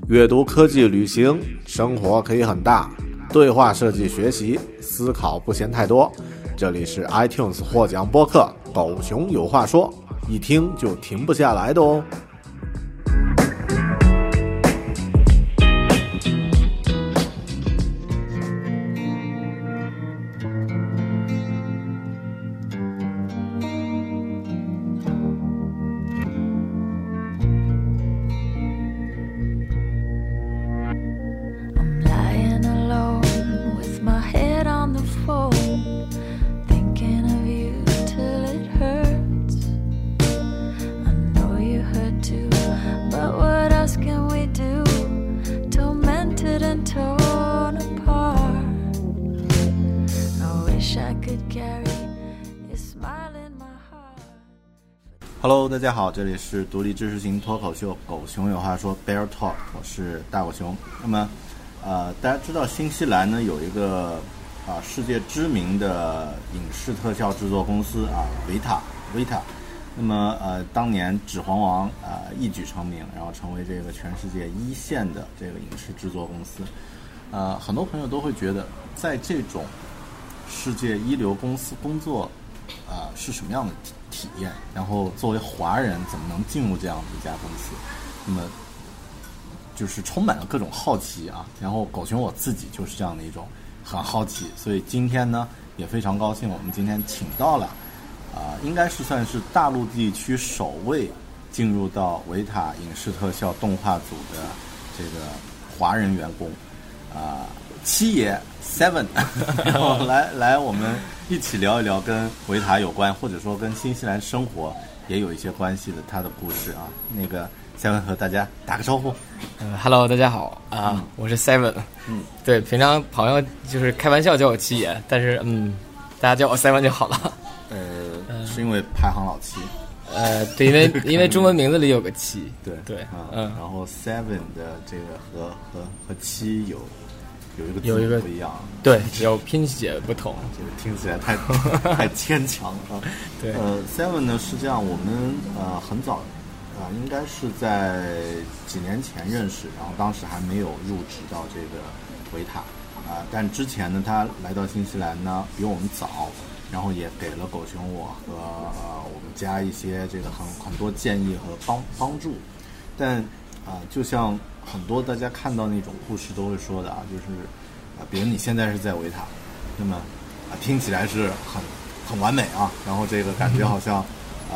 阅读、科技、旅行，生活可以很大。对话设计学习，思考不嫌太多。这里是 iTunes 获奖播客《狗熊有话说》，一听就停不下来的哦。Hello， 大家好，这里是独立知识型脱口秀《狗熊有话说》Bear Talk， 我是大狗熊。那么，大家知道新西兰呢有一个世界知名的影视特效制作公司维塔。那么当年《指环王》一举成名，然后成为这个全世界一线的这个影视制作公司。很多朋友都会觉得，在这种世界一流公司工作，是什么样的体验？然后作为华人怎么能进入这样的一家公司？那么就是充满了各种好奇啊。然后狗熊我自己就是这样的一种很好奇，所以今天呢也非常高兴，我们今天请到了应该是算是大陆地区首位进入到维塔影视特效动画组的这个华人员工七爷 Seven， 然后来我们一起聊一聊跟维塔有关，或者说跟新西兰生活也有一些关系的他的故事啊。那个 Seven 和大家打个招呼。 Hello， 大家好我是 Seven。对，平常朋友就是开玩笑叫我七爷，但是大家叫我 Seven 就好了。 是因为排行老七。 对，因为中文名字里有个七。对， 然后 Seven 的这个和七有一个不一样， 对，只有拼写不同， 这个听起来太牵强了。 对 ，Seven 呢是这样，我们很早应该是在几年前认识，然后当时还没有入职到这个维塔但之前呢他来到新西兰呢比我们早，然后也给了狗熊我和我们家一些这个很多建议和帮助，但就像很多大家看到那种故事都会说的就是比如你现在是在维塔，那么听起来是很完美然后这个感觉好像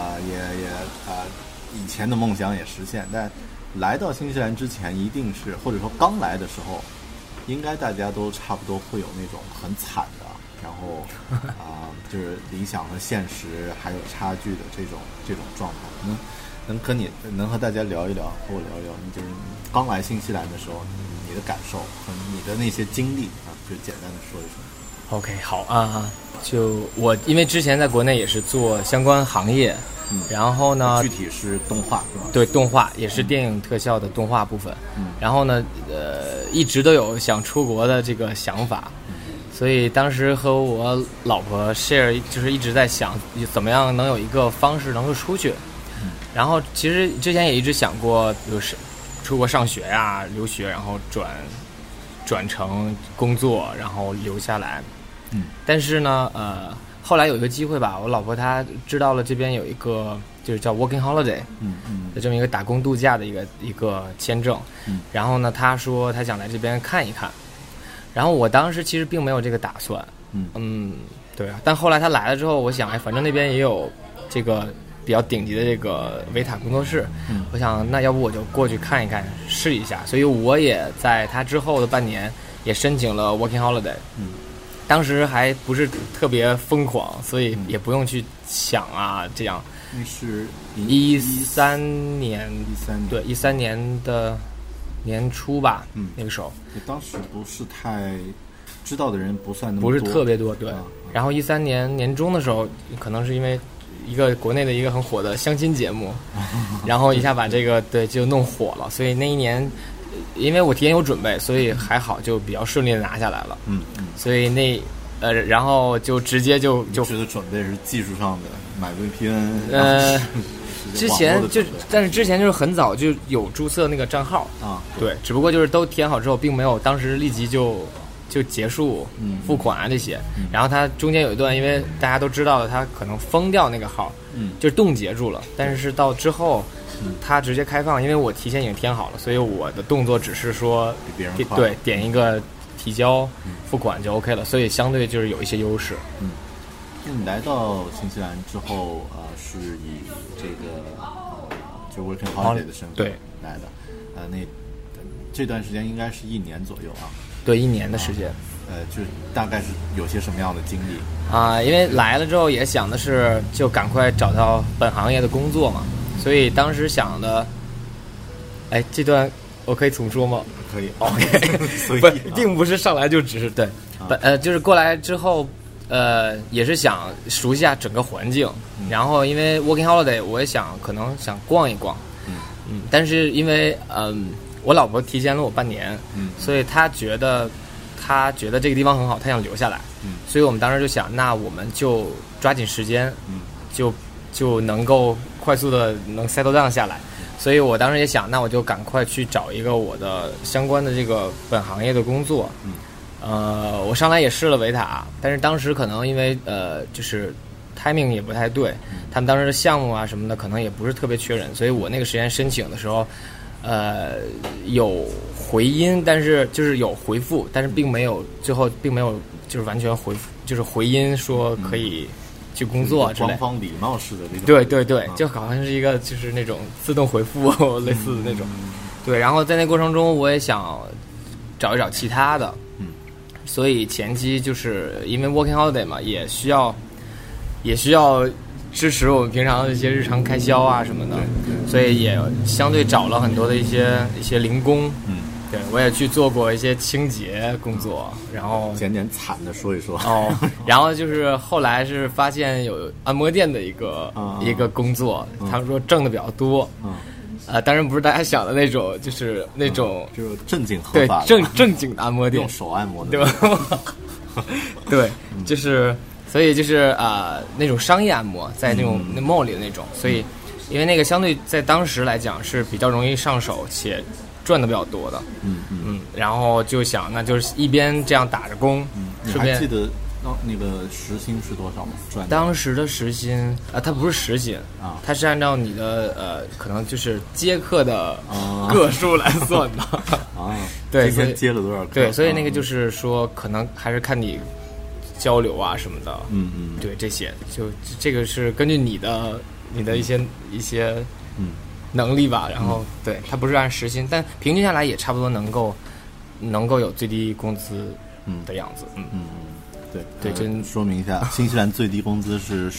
以前的梦想也实现，但来到新西兰之前一定是，或者说刚来的时候应该大家都差不多会有那种很惨的，然后就是理想和现实还有差距的这种状态。能和大家聊一聊，和我聊一聊，你就是刚来新西兰的时候你的感受和你的那些经历就简单的说一说。 OK， 好就我因为之前在国内也是做相关行业，然后呢具体是动画是吧？ 对，动画也是电影特效的动画部分，然后呢一直都有想出国的这个想法，所以当时和我老婆 share 就是一直在想怎么样能有一个方式能够出去，然后其实之前也一直想过比如是出国上学留学，然后转成工作，然后留下来。但是呢后来有一个机会吧，我老婆她知道了这边有一个就是叫 working holiday 的这么一个打工度假的一个签证，然后呢她说她想来这边看一看，然后我当时其实并没有这个打算，对但后来她来了之后，我想反正那边也有这个比较顶级的这个维塔工作室，我想那要不我就过去看一看试一下，所以我也在她之后的半年也申请了 working holiday。当时还不是特别疯狂，所以也不用去抢这样。 那是 13年，对，13年的年初吧，那个时候。 当时不是太知道的人不算那么多， 不是特别多，对。然后13年年中的时候，可能是因为一个国内的一个很火的相亲节目，然后一下把这个就弄火了，所以那一年。因为我提前有准备，所以还好，就比较顺利的拿下来了。所以然后就直接就的准备是技术上的买 VPN。 之前就，但是之前就是很早就有注册那个账号啊， 对，只不过就是都填好之后，并没有当时立即就结束付款啊这些，然后它中间有一段，因为大家都知道了，它可能封掉那个号，就是冻结住了，但是到之后。它直接开放，因为我提前已经填好了，所以我的动作只是说比别人快， 对，点一个提交付款就 OK 了，所以相对就是有一些优势。 那你来到新西兰之后，是以这个就 working holiday 的身份来的，那这段时间应该是1年左右啊。 对，1年的时间。 就大概是有些什么样的经历因为来了之后也想的是就赶快找到本行业的工作嘛。所以当时想的，这段我可以重说吗？ 可以 ，OK 所以并不是上来就只是对，就是过来之后，也是想熟悉一下整个环境，然后因为 working holiday 我也可能想逛一逛，但是因为我老婆提前了我半年，所以她觉得这个地方很好，她想留下来，所以我们当时就想，那我们就抓紧时间，就能够快速的能 settle down 下来，所以我当时也想，那我就赶快去找一个我的相关的这个本行业的工作。我上来也试了维塔，但是当时可能因为就是 timing 也不太对，他们当时的项目啊什么的可能也不是特别缺人，所以我那个时间申请的时候，有回音，但是就是有回复，但是最后并没有就是完全回复，就是回音说可以。去工作之类， 官方礼貌式的那种。 对，就好像是一个就是那种自动回复类似的那种。对，然后在那过程中，我也想找一找其他的。所以前期就是因为 working holiday 嘛，也需要支持我们平常的一些日常开销啊什么的，所以也相对找了很多的一些零工。对，我也去做过一些清洁工作，然后简惨的说一说然后就是后来是发现有按摩店的一个工作，他们说挣的比较多，当然不是大家想的那种，就是那种就是正经合法对正经的按摩店， 用手按摩的， 对吧？对，就是所以就是那种商业按摩，在那种mall里的那种，所以因为那个相对在当时来讲是比较容易上手且。赚的比较多的，然后就想，那就是一边这样打着工， 你还记得那个时薪是多少吗？ 当时的时薪它不是时薪它是按照你的可能就是接课的个数来算的对， 今天接了多少课？ 对，所以那个就是说，可能还是看你交流啊什么的，对，这些就这个是根据你的一些能力吧，然后对，它不是按时薪，但平均下来也差不多能够有最低工资的样子。对， 真说明一下，新西兰最低工资是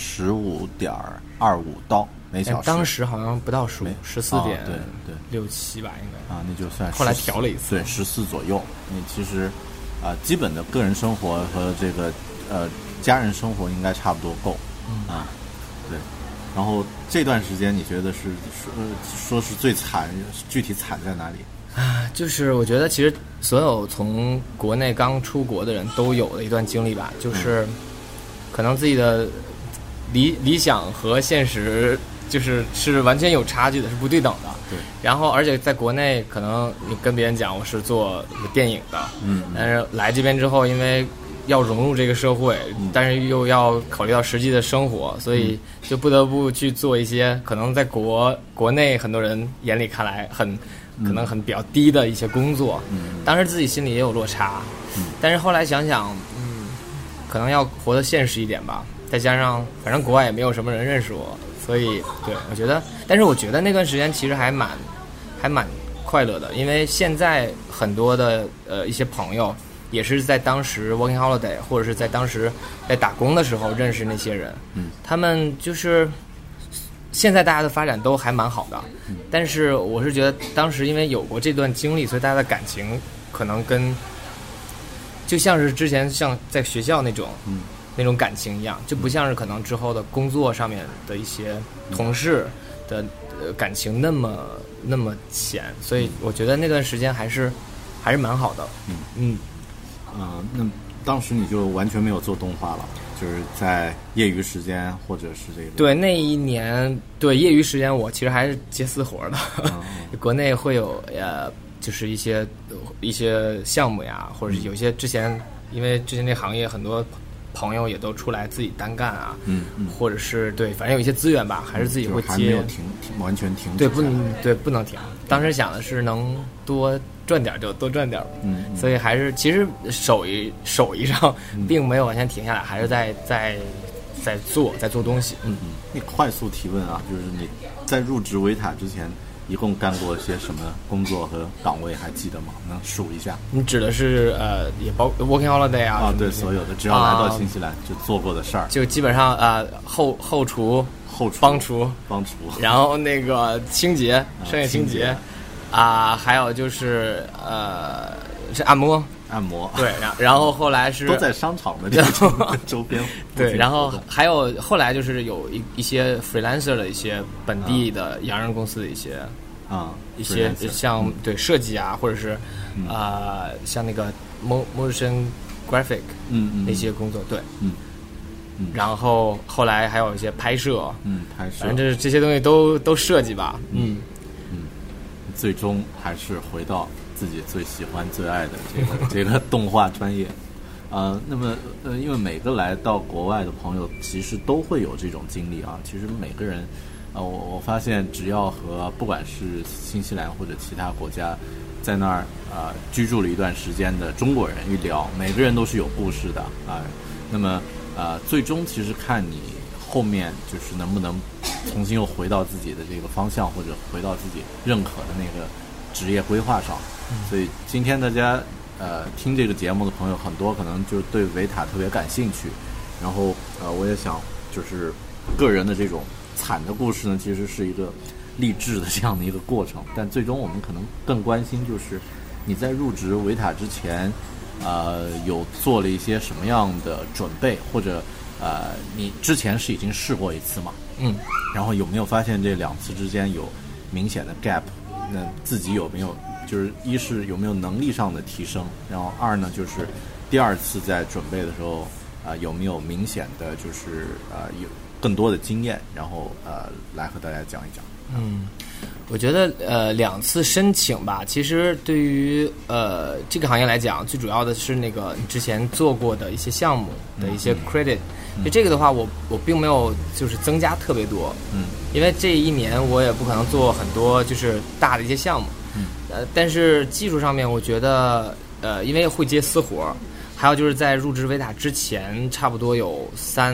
$15.25每小时， 当时好像不到15，14.67吧，应该那就算后来调了一次， 对，14左右。其实基本的个人生活和这个家人生活应该差不多够对。然后这段时间你觉得是说是最惨，具体惨在哪里？ 就是我觉得其实所有从国内刚出国的人都有的一段经历吧，就是可能自己的理想和现实是完全有差距的，是不对等的。 对。 然后而且在国内可能你跟别人讲我是做电影的，但是来这边之后因为要融入这个社会，但是又要考虑到实际的生活，所以就不得不去做一些可能在国内很多人眼里看来可能很比较低的一些工作。当时自己心里也有落差，但是后来想想，可能要活得现实一点吧。再加上反正国外也没有什么人认识我，所以对我觉得，但是我觉得那段时间其实还蛮快乐的，因为现在很多的一些朋友。也是在当时 working holiday 或者是在当时在打工的时候认识那些人，他们就是现在大家的发展都还蛮好的，但是我是觉得当时因为有过这段经历，所以大家的感情可能就像是之前像在学校那种感情一样，就不像是可能之后的工作上面的一些同事的感情那么浅，所以我觉得那段时间还是蛮好的。 那当时你就完全没有做动画了，就是在业余时间或者是这个。 对，那一年对业余时间我其实还是接私活的，国内会有就是一些项目呀，或者是有些之前因为之前这行业很多朋友也都出来自己单干啊，或者是对，反正有一些资源吧，还是自己会接， 还没有完全停止。 对，不能停。当时想的是能多赚点就多赚点，所以还是其实手艺上并没有完全停下来，还是在做东西。 你快速提问啊，就是你在入职维塔之前，一共干过些什么工作和岗位，还记得吗？能数一下？ 你指的是也包 working holiday 啊？ 对，所有的只要来到新西兰就做过的事儿， 就基本上后厨、帮厨，然后那个清洁，商业清洁还有就是是按摩，对，然后后来是都在商场的这种周边对，然后还有后来就是有一些 freelancer 的一些本地的洋人公司的一些一些像对设计啊，或者是像那个 motion graphic 那些工作，对，然后后来还有一些拍摄，反正这些东西都设计吧， 最终还是回到自己最喜欢最爱的这个动画专业，那么因为每个来到国外的朋友其实都会有这种经历啊。其实每个人，我发现只要和不管是新西兰或者其他国家在那儿居住了一段时间的中国人一聊，每个人都是有故事的那么最终其实看你后面就是能不能重新又回到自己的这个方向，或者回到自己认可的那个职业规划上。所以今天大家听这个节目的朋友很多可能就对维塔特别感兴趣，然后我也想就是个人的这种惨的故事呢，其实是一个励志的这样的一个过程，但最终我们可能更关心就是你在入职维塔之前有做了一些什么样的准备，或者你之前是已经试过一次嘛？然后有没有发现这2次之间有明显的 gap？ 那自己有没有就是一是有没有能力上的提升，然后二呢就是第2次在准备的时候有没有明显的就是有更多的经验，然后来和大家讲一讲。 我觉得2次申请吧，其实对于这个行业来讲，最主要的是那个你之前做过的一些项目的一些 credit。就这个的话，我并没有就是增加特别多，因为这一年我也不可能做很多就是大的一些项目，但是技术上面我觉得因为会接私活，还有就是在入职维塔之前，差不多有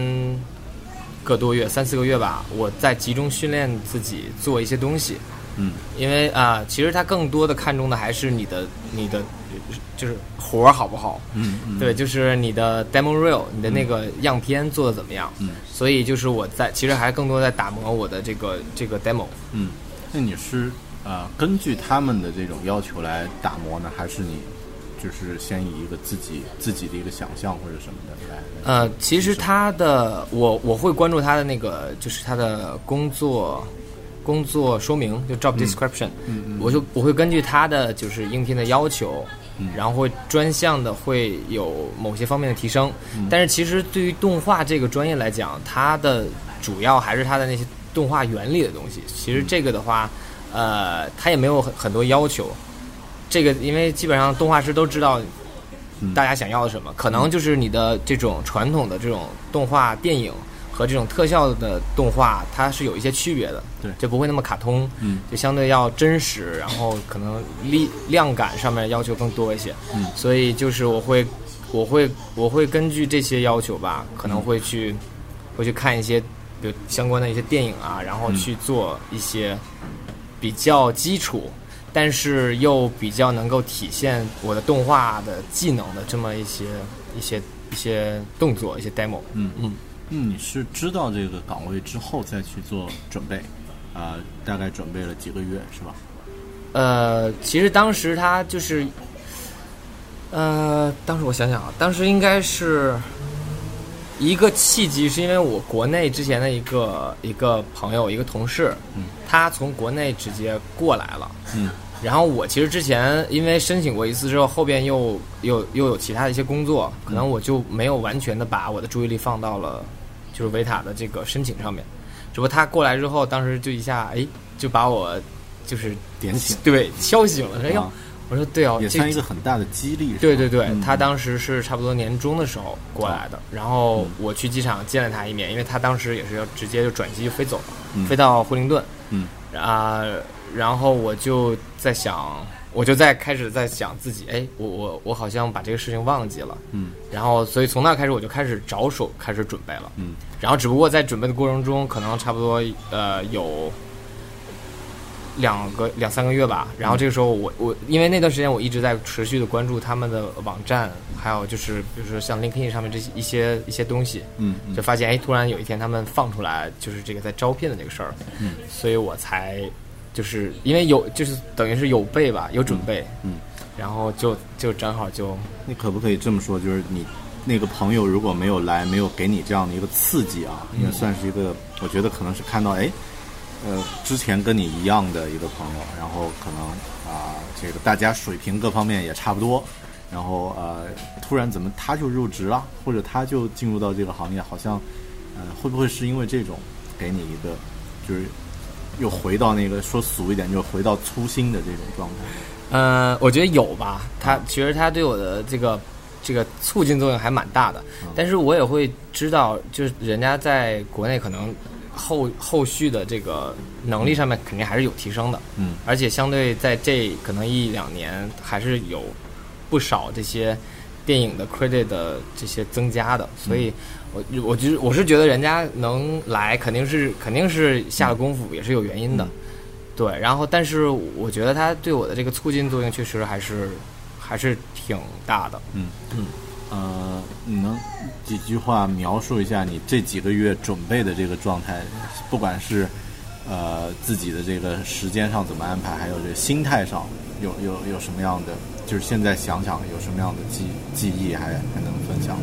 3、4个月吧，我在集中训练自己做一些东西。因为其实他更多的看重的还是你的就是活好不好。对，就是你的 demo reel， 你的那个样片做的怎么样。所以就是我其实还更多在打磨我的这个 demo。 那你是根据他们的这种要求来打磨呢，还是你就是先以一个自己的一个想象或者什么的来？ 其实他的我会关注他的那个就是他的工作说明，就 job description，我会根据他的就是应聘的要求，然后会专项的会有某些方面的提升。但是其实对于动画这个专业来讲，它的主要还是它的那些动画原理的东西。其实这个的话，它也没有很多要求。这个因为基本上动画师都知道大家想要的什么，可能就是你的这种传统的这种动画电影和这种特效的动画，它是有一些区别的， 对， 就不会那么卡通，就相对要真实，然后可能量感上面要求更多一些，所以就是我会根据这些要求吧，可能会去看一些比如相关的一些电影啊，然后去做一些比较基础，但是又比较能够体现我的动画的技能的这么一些动作，一些 demo。 你是知道这个岗位之后再去做准备，大概准备了几个月是吧？ 其实当时他就是，当时我想想啊，当时应该是一个契机，是因为我国内之前的一个朋友，一个同事，他从国内直接过来了， 然后我其实之前因为申请过一次之后，后边又有其他的一些工作，可能我就没有完全的把我的注意力放到了就是维塔的这个申请上面。只不过他过来之后，当时就一下就把我就是点醒， 对，敲醒了。说我说对哦， 也算一个很大的激励。 对对对，他当时是差不多年中的时候过来的，然后我去机场见了他一面，因为他当时也是要直接就转机飞走了，飞到惠灵顿。然后我就在想，我就开始在想自己，我好像把这个事情忘记了。然后所以从那开始我就开始着手开始准备了。然后只不过在准备的过程中，可能差不多有两三个月吧。然后这个时候我因为那段时间我一直在持续的关注他们的网站，还有就是比如说像 LinkedIn 上面这些一些东西，就发现突然有一天他们放出来就是这个在招聘的这个事儿，所以我才就是因为就是等于是有备吧，有准备，然后就正好就。 你可不可以这么说，就是你那个朋友如果没有来，没有给你这样的一个刺激啊，也算是一个，我觉得可能是看到之前跟你一样的一个朋友，然后可能这个大家水平各方面也差不多，然后突然怎么他就入职了，或者他就进入到这个行业，好像会不会是因为这种给你一个就是又回到那个说俗一点，就回到初心的这种状态？ 我觉得有吧，其实他对我的这个促进作用还蛮大的，但是我也会知道，就是人家在国内可能后续的这个能力上面肯定还是有提升的，而且相对在这可能1-2年还是有不少这些电影的 credit 的这些增加的，所以我是觉得人家能来肯定是下了功夫，也是有原因的，对。然后但是我觉得他对我的这个促进作用确实还是挺大的。 你能几句话描述一下你这几个月准备的这个状态，不管是自己的这个时间上怎么安排，还有这个心态上有什么样的，就是现在想想有什么样的记忆还能分享？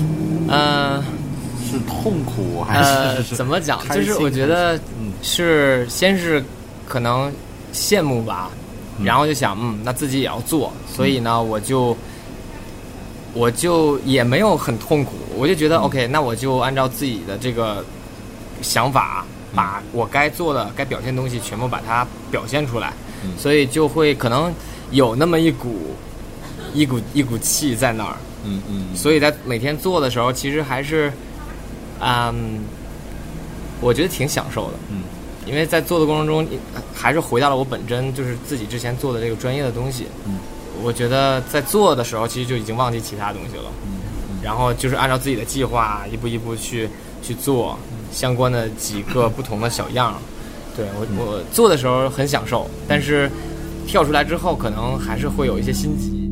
是痛苦还是怎么讲？就是我觉得先是可能羡慕吧，然后就想那自己也要做，所以呢我就也没有很痛苦，我就觉得 OK， 那我就按照自己的这个想法，把我该做的该表现的东西全部把它表现出来，所以就会可能有那么一股气在那儿，所以在每天做的时候，其实还是我觉得挺享受的，因为在做的过程中还是回到了我本真，就是自己之前做的这个专业的东西，我觉得在做的时候其实就已经忘记其他东西了，然后就是按照自己的计划一步一步去做相关的几个不同的小样。对，我做的时候很享受，但是跳出来之后可能还是会有一些心急。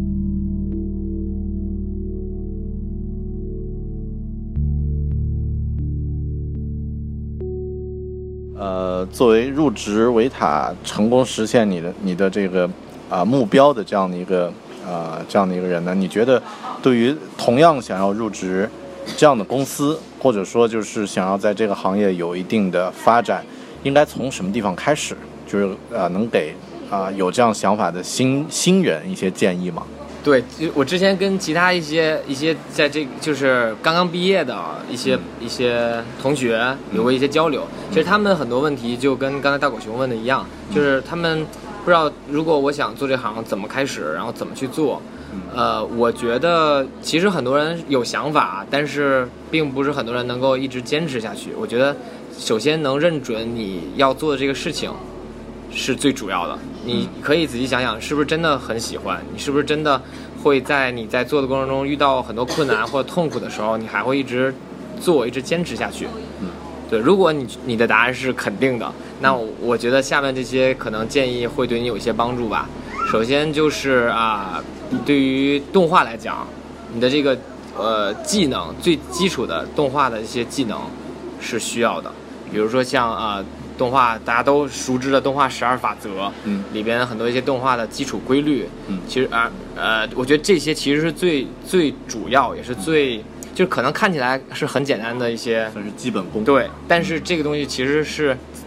作为入职维塔成功实现你的这个目标的这样的一个人呢，你觉得对于同样想要入职这样的公司，或者说就是想要在这个行业有一定的发展，应该从什么地方开始？就是能给有这样想法的新人一些建议吗？ 对，我之前跟其他一些在这就是刚刚毕业的一些同学有过一些交流，其实他们很多问题就跟刚才大狗熊问的一样，就是他们不知道如果我想做这行怎么开始，然后怎么去做。我觉得其实很多人有想法，但是并不是很多人能够一直坚持下去。我觉得首先能认准你要做的这个事情是最主要的，你可以仔细想想是不是真的很喜欢，你是不是真的会在你在做的过程中遇到很多困难或者痛苦的时候，你还会一直做一直坚持下去。对，如果你的答案是肯定的，那我觉得下面这些可能建议会对你有一些帮助吧。首先就是对于动画来讲，你的这个技能最基础的动画的一些技能是需要的，比如说像动画大家都熟知的动画12法则，里边很多一些动画的基础规律，其实我觉得这些其实是最主要，也是就是可能看起来是很简单的一些， 算是基本功。 对，但是这个东西其实是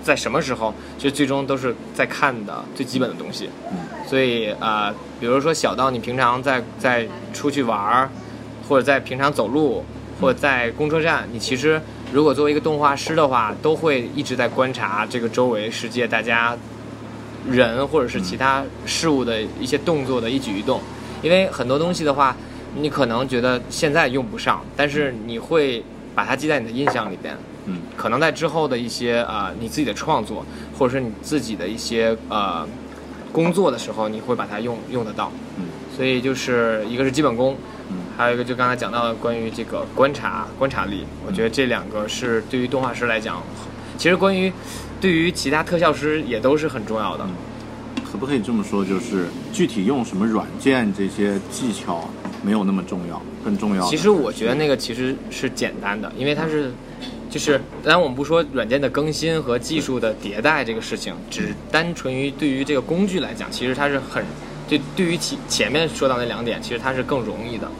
在什么时候，其实最终都是在看的最基本的东西。所以比如说小到你平常在出去玩，或者在平常走路，或者在公车站，你其实如果作为一个动画师的话，都会一直在观察这个周围世界大家人或者是其他事物的一些动作的一举一动。因为很多东西的话，你可能觉得现在用不上，但是你会把它记在你的印象里边。可能在之后的一些你自己的创作，或者是你自己的一些工作的时候，你会把它用得到。所以就是一个是基本功，还有一个就刚才讲到的关于这个观察力，我觉得这两个是对于动画师来讲，其实对于其他特效师也都是很重要的。 可不可以这么说，就是具体用什么软件这些技巧没有那么重要，更重要的？ 其实我觉得那个其实是简单的，因为它是就是当然我们不说软件的更新和技术的迭代这个事情，只单纯于对于这个工具来讲，其实它是很对于前面说到那两点，其实它是更容易的。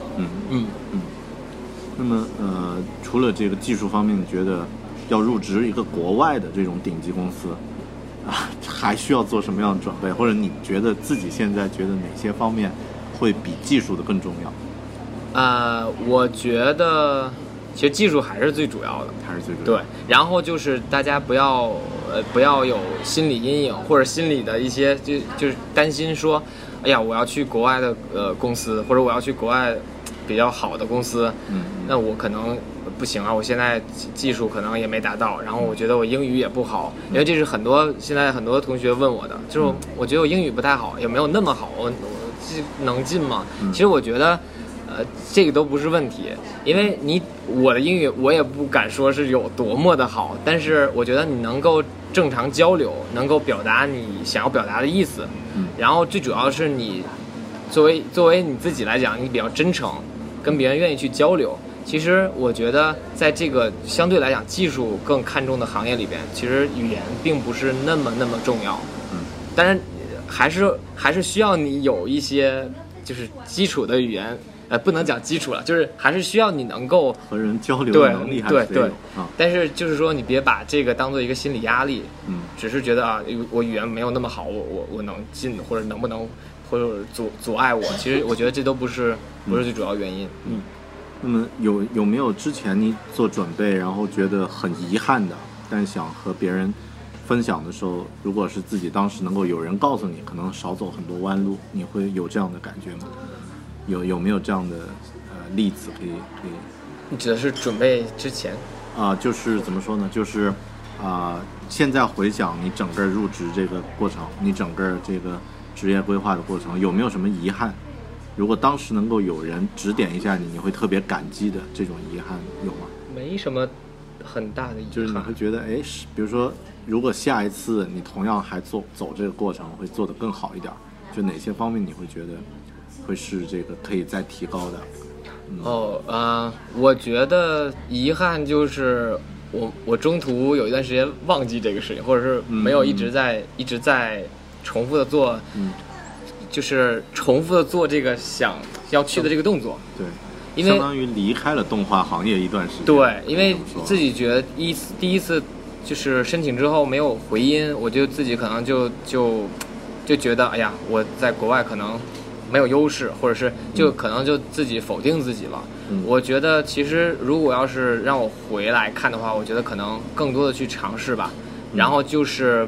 那么除了这个技术方面，你觉得要入职一个国外的这种顶级公司还需要做什么样的准备？或者你觉得自己现在觉得哪些方面会比技术的更重要？ 我觉得其实技术还是最主要的，对。然后就是大家不要有心理阴影，或者心理的一些就是担心说，哎呀，我要去国外的公司，或者我要去国外比较好的公司，那我可能不行啊，我现在技术可能也没达到，然后我觉得我英语也不好，因为这是现在很多同学问我的，就是我觉得我英语不太好，也没有那么好，我能进吗？其实我觉得这个都不是问题，因为我的英语我也不敢说是有多么的好，但是我觉得你能够正常交流，能够表达你想要表达的意思，然后最主要是你作为你自己来讲，你比较真诚，跟别人愿意去交流。其实我觉得在这个相对来讲技术更看重的行业里边，其实语言并不是那么重要。当然还是需要你有一些就是基础的语言，不能讲基础了，就是还是需要你能够和人交流的能力， 对。但是就是说你别把这个当做一个心理压力，只是觉得我语言没有那么好，我能进或者能不能或者阻碍我，其实我觉得这都不是最主要原因。 那么有没有之前你做准备，然后觉得很遗憾的，但想和别人分享的时候，如果是自己当时能够有人告诉你，可能少走很多弯路，你会有这样的感觉吗？有没有这样的例子可以？ 你指的是准备之前？ 就是怎么说呢？就是现在回想你整个入职这个过程，你整个这个职业规划的过程，有没有什么遗憾？如果当时能够有人指点一下你，你会特别感激的这种遗憾有吗？ 没什么很大的遗憾， 就是你会觉得比如说如果下一次你同样还走这个过程，会做得更好一点，就哪些方面你会觉得会是这个可以再提高的？ 我觉得遗憾就是我中途有一段时间忘记这个事情，或者是没有一直在重复的做，就是重复的做这个想要去的这个动作。 对， 因为相当于离开了动画行业一段时间。 对，因为自己觉得第一次就是申请之后没有回音，我就自己可能就觉得，哎呀，我在国外可能没有优势，或者是就可能就自己否定自己了。我觉得其实如果要是让我回来看的话，我觉得可能更多的去尝试吧，然后就是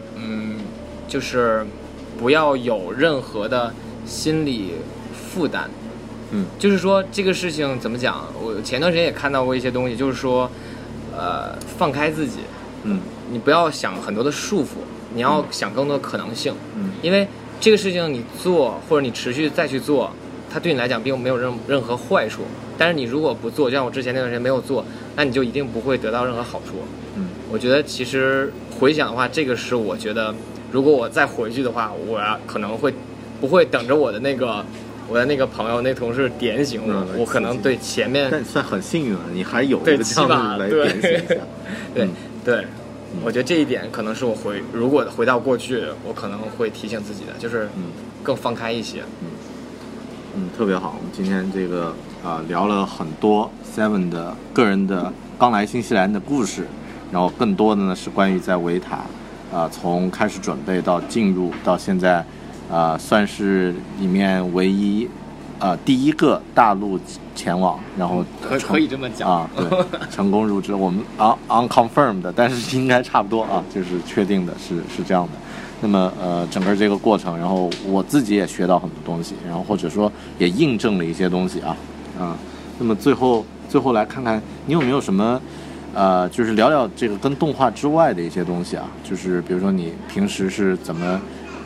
不要有任何的心理负担。就是说这个事情怎么讲，我前段时间也看到过一些东西，就是说放开自己，你不要想很多的束缚，你要想更多的可能性。因为这个事情你做或者你持续再去做，它对你来讲并没有任何坏处，但是你如果不做，就像我之前那段时间没有做，那你就一定不会得到任何好处。我觉得其实回想的话，这个是我觉得如果我再回去的话，我可能不会等着我的那个朋友那同事点醒我，可能对前面但算很幸运了，你还有一个这样的来点醒一下。 对，我觉得这一点可能是我如果回到过去，我可能会提醒自己的，就是更放开一些。 特别好。我们今天这个聊了很多 Seven 的个人的刚来新西兰的故事，然后更多的呢是关于在维塔从开始准备到进入到现在，算是里面唯一第一个大陆前往，然后可以这么讲啊，对，成功入职。我们unconfirmed 的，但是应该差不多啊，就是确定的是这样的。那么整个这个过程，然后我自己也学到很多东西，然后或者说也印证了一些东西啊。那么最后来看看你有没有什么就是聊聊这个跟动画之外的一些东西啊，就是比如说你平时是怎么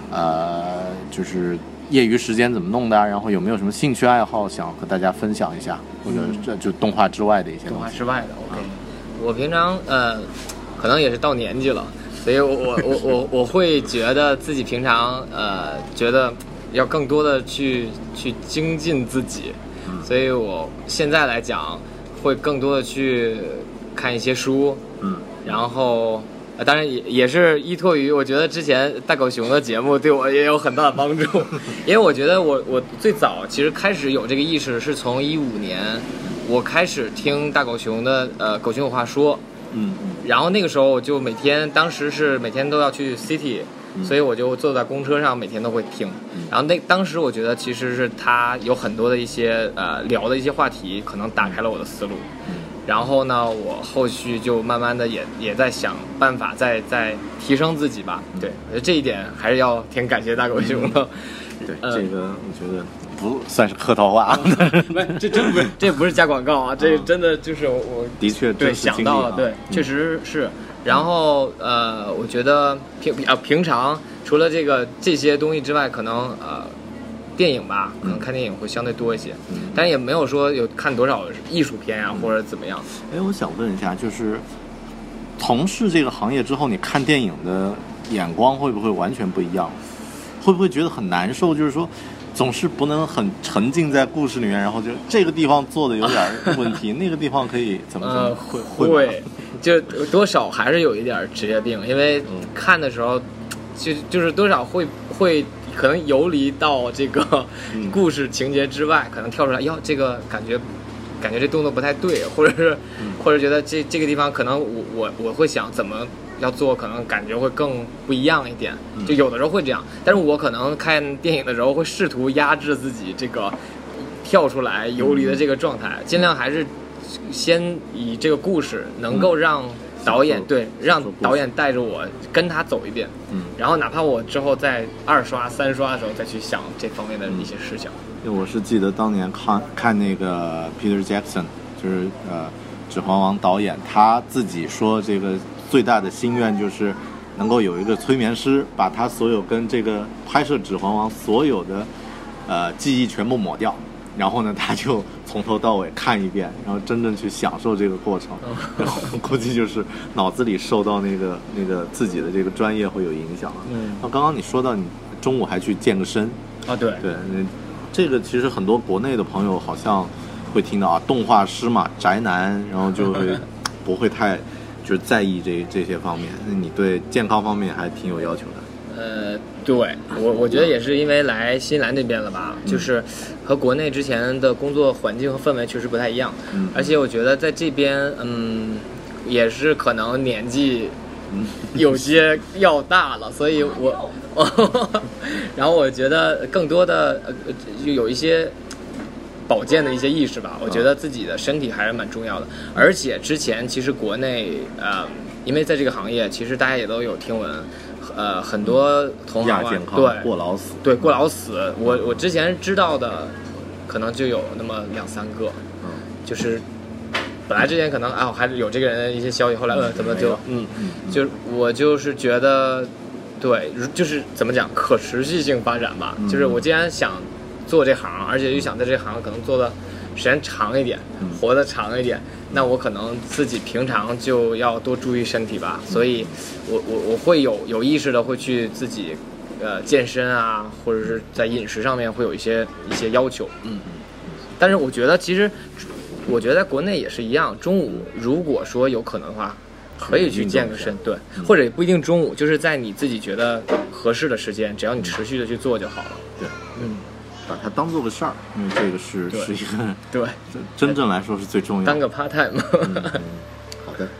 就是业余时间怎么弄的，然后有没有什么兴趣爱好想和大家分享一下，或者就动画之外的一些东西。 动画之外的 OK，我平常可能也是到年纪了，所以我会觉得自己平常觉得要更多的去精进自己，所以我现在来讲会更多的去看一些书，然后当然也是依托于我觉得之前大狗熊的节目对我也有很大的帮助，因为我觉得我最早其实开始有这个意识是从2015年我开始听大狗熊的狗熊有话说，然后那个时候我就当时是每天都要去 City，所以我就坐在公车上每天都会听，然后当时我觉得其实是他有很多的一些聊的一些话题可能打开了我的思路，然后呢我后续就慢慢的也在想办法再提升自己吧，对，我觉得这一点还是要挺感谢大狗熊的。 对，这个我觉得不算是客套话， 这真不是，这不是加广告啊，这真的就是我的确对想到了，对，确实是。然后我觉得平常除了这些东西之外，可能电影吧，可能看电影会相对多一些，但也没有说有看多少艺术片啊或者怎么样。 我想问一下，就是从事这个行业之后，你看电影的眼光会不会完全不一样？会不会觉得很难受？就是说总是不能很沉浸在故事里面，然后就这个地方做的有点问题，那个地方可以怎么会就多少还是有一点职业病，因为看的时候就是多少会可能游离到这个故事情节之外，可能跳出来，这个感觉这动作不太对，或者觉得这个地方可能我会想怎么要做，可能感觉会更不一样一点，就有的时候会这样，但是我可能看电影的时候会试图压制自己这个跳出来游离的这个状态，尽量还是先以这个故事能够让导演让导演带着我跟他走一遍，然后哪怕我之后在2刷3刷的时候再去想这方面的一些事情。 我是记得当年看那个 Peter Jackson， 就是指环王导演，他自己说这个最大的心愿就是能够有一个催眠师把他所有跟这个拍摄指环王所有的记忆全部抹掉，然后呢他就从头到尾看一遍，然后真正去享受这个过程，然后估计就是脑子里受到那个自己的这个专业会有影响。那刚刚你说到你中午还去健个身啊，对， 这个其实很多国内的朋友好像会听到动画师嘛，宅男，然后就会不会太就是在意这些方面。那你对健康方面还挺有要求的。 对，我觉得也是因为来新西兰这边了吧，就是和国内之前的工作环境和氛围确实不太一样，而且我觉得在这边也是可能年纪有些要大了，所以然后我觉得更多的就有一些保健的一些意识吧，我觉得自己的身体还是蛮重要的。而且之前其实国内因为在这个行业，其实大家也都有听闻，很多同行对过劳死， 对过劳死，我之前知道的可能就有那么2-3个，就是本来之前可能还是有这个人的一些消息，后来怎么就就我就是觉得对，就是怎么讲可持续性发展吧，就是我既然想做这行，而且又想在这行可能做的时间长一点，活得长一点，那我可能自己平常就要多注意身体吧，所以我会有意识的会去自己健身啊，或者是在饮食上面会有一些要求，但是我觉得其实我觉得在国内也是一样，中午如果说有可能的话可以去健个身，对，或者也不一定中午，就是在你自己觉得合适的时间，只要你持续的去做就好了， 对，把它当做个事儿，因为这个是一个对， 真正来说是最重要的， 当个 part time 好的，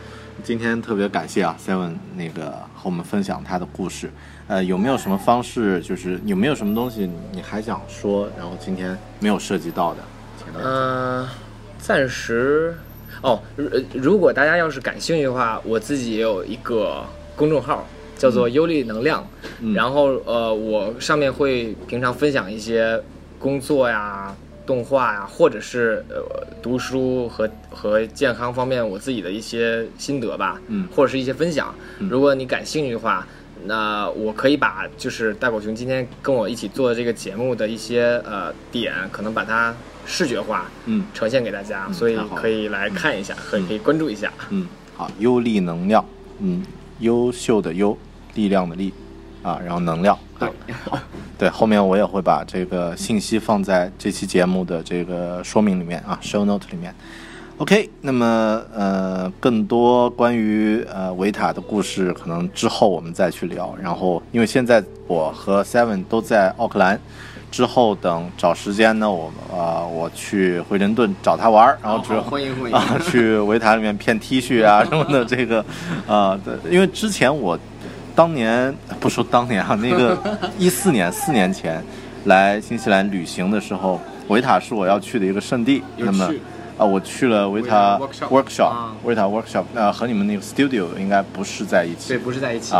今天特别感谢啊 Seven 那个和我们分享他的故事。有没有什么方式，就是有没有什么东西你还想说，然后今天没有涉及到的？ 暂时如果大家要是感兴趣的话，我自己也有一个公众号叫做优力能量，然后我上面会平常分享一些工作呀、动画呀，或者是读书和健康方面我自己的一些心得吧，或者是一些分享。如果你感兴趣的话，那我可以把就是大狗熊今天跟我一起做的这个节目的一些点，可能把它视觉化，呈现给大家，所以可以来看一下，可以关注一下。 好，优力能量，优秀的优，力量的力，然后能量，对，后面我也会把这个信息放在这期节目的这个说明里面show note 里面。OK， 那么更多关于维塔的故事，可能之后我们再去聊。然后，因为现在我和 Seven 都在奥克兰，之后等找时间呢，我去惠灵顿找他玩，然后之后欢迎去维塔里面骗 T 恤啊什么的。这个因为之前我当年不说当年那个14年4年前来新西兰旅行的时候，维塔是我要去的一个圣地。那么我去了维塔 workshop， 维塔 workshop， 和你们那个 studio 应该不是在一起。 对，不是在一起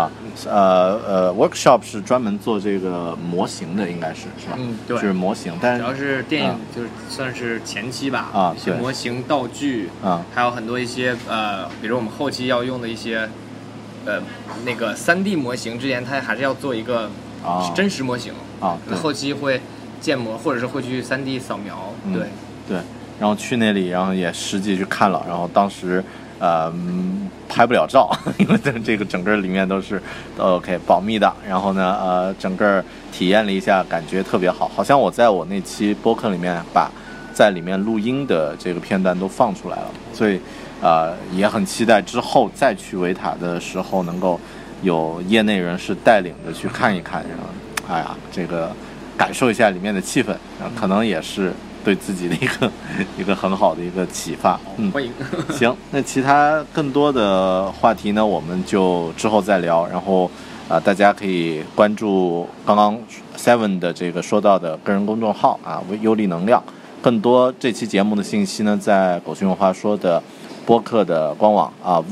workshop 是专门做这个模型的，应该是吧？ 对， 就是模型，但是主要是电影就是算是前期吧，一些模型道具还有很多一些比如我们后期要用的一些那个3D 模型，之前它还是要做一个真实模型那后期会建模或者是会去3D 扫描， 对。然后去那里，然后也实际去看了，然后当时拍不了照，因为这个整个里面都是OK 保密的。然后呢整个体验了一下，感觉特别好，好像我在我那期播客里面把在里面录音的这个片段都放出来了，所以也很期待之后再去维塔的时候能够有业内人士带领着去看一看，然后这个感受一下里面的气氛，可能也是对自己的一个很好的一个启发。 欢迎。 行，那其他更多的话题呢，我们就之后再聊。然后大家可以关注刚刚 Seven 的这个说到的个人公众号优力能量。更多这期节目的信息呢，在狗熊有话说的播客的官网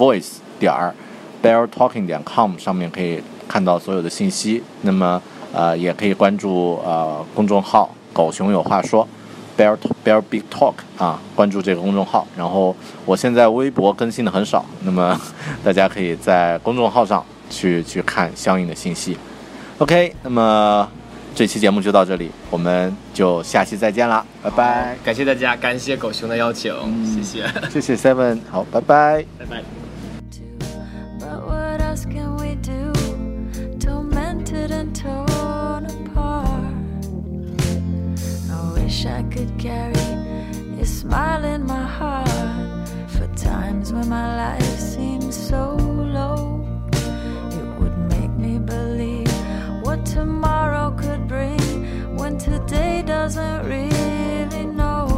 voice.beartalking.com 上面可以看到所有的信息。那么也可以关注公众号狗熊有话说 Bear Big Talk 关注这个公众号。然后我现在微博更新的很少，那么大家可以在公众号上去看相应的信息。OK， 那么这期节目就到这里，我们就下期再见啦，拜拜。 感谢大家，感谢狗熊的邀请，谢谢， 谢谢 Seven， 好，拜拜， 拜拜。 I could carry your smile in my heart for times when my life seems so low. It would make me believe what tomorrow could bring when today doesn't really know.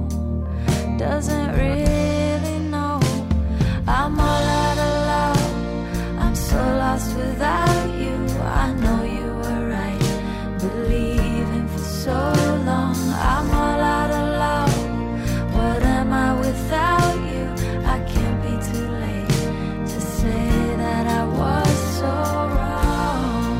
I'm all out of love, I'm so lost without you. I know you were right, believing for so long. I'm all out of love, what am I without you? I can't be too late to say that I was so wrong.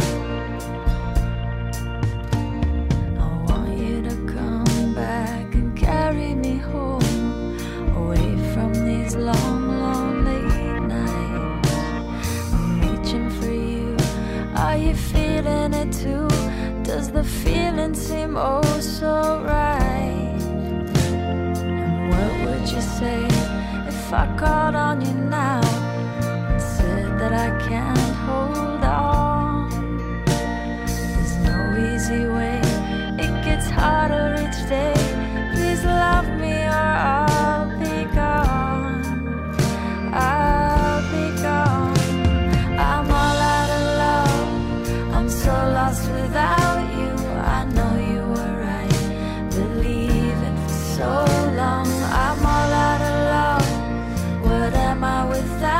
I want you to come back and carry me home, away from these long, long late nights. I'm reaching for you, are you feeling it too? Does the feeling seem oh so right? And what would you say if I called on you now and said that I can't hold on? There's no easy way, it gets harder each day. Please love me or I'll be gone, I'll be gone. I'm all out of love, I'm so lost without you. I know you were right, believing for so long. I'm all out of love, what am I without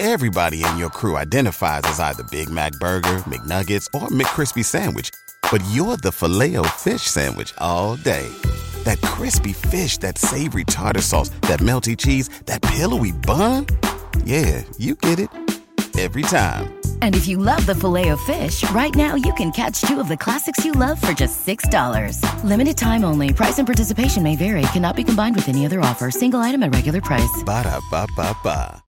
Everybody in your crew identifies as either Big Mac Burger, McNuggets, or McCrispy Sandwich. But you're the Filet-O-Fish Sandwich all day. That crispy fish, that savory tartar sauce, that melty cheese, that pillowy bun. Yeah, you get it. Every time. And if you love the Filet-O-Fish, right now you can catch 2 of the classics you love for just $6. Limited time only. Price and participation may vary. Cannot be combined with any other offer. Single item at regular price. Ba-da-ba-ba-ba.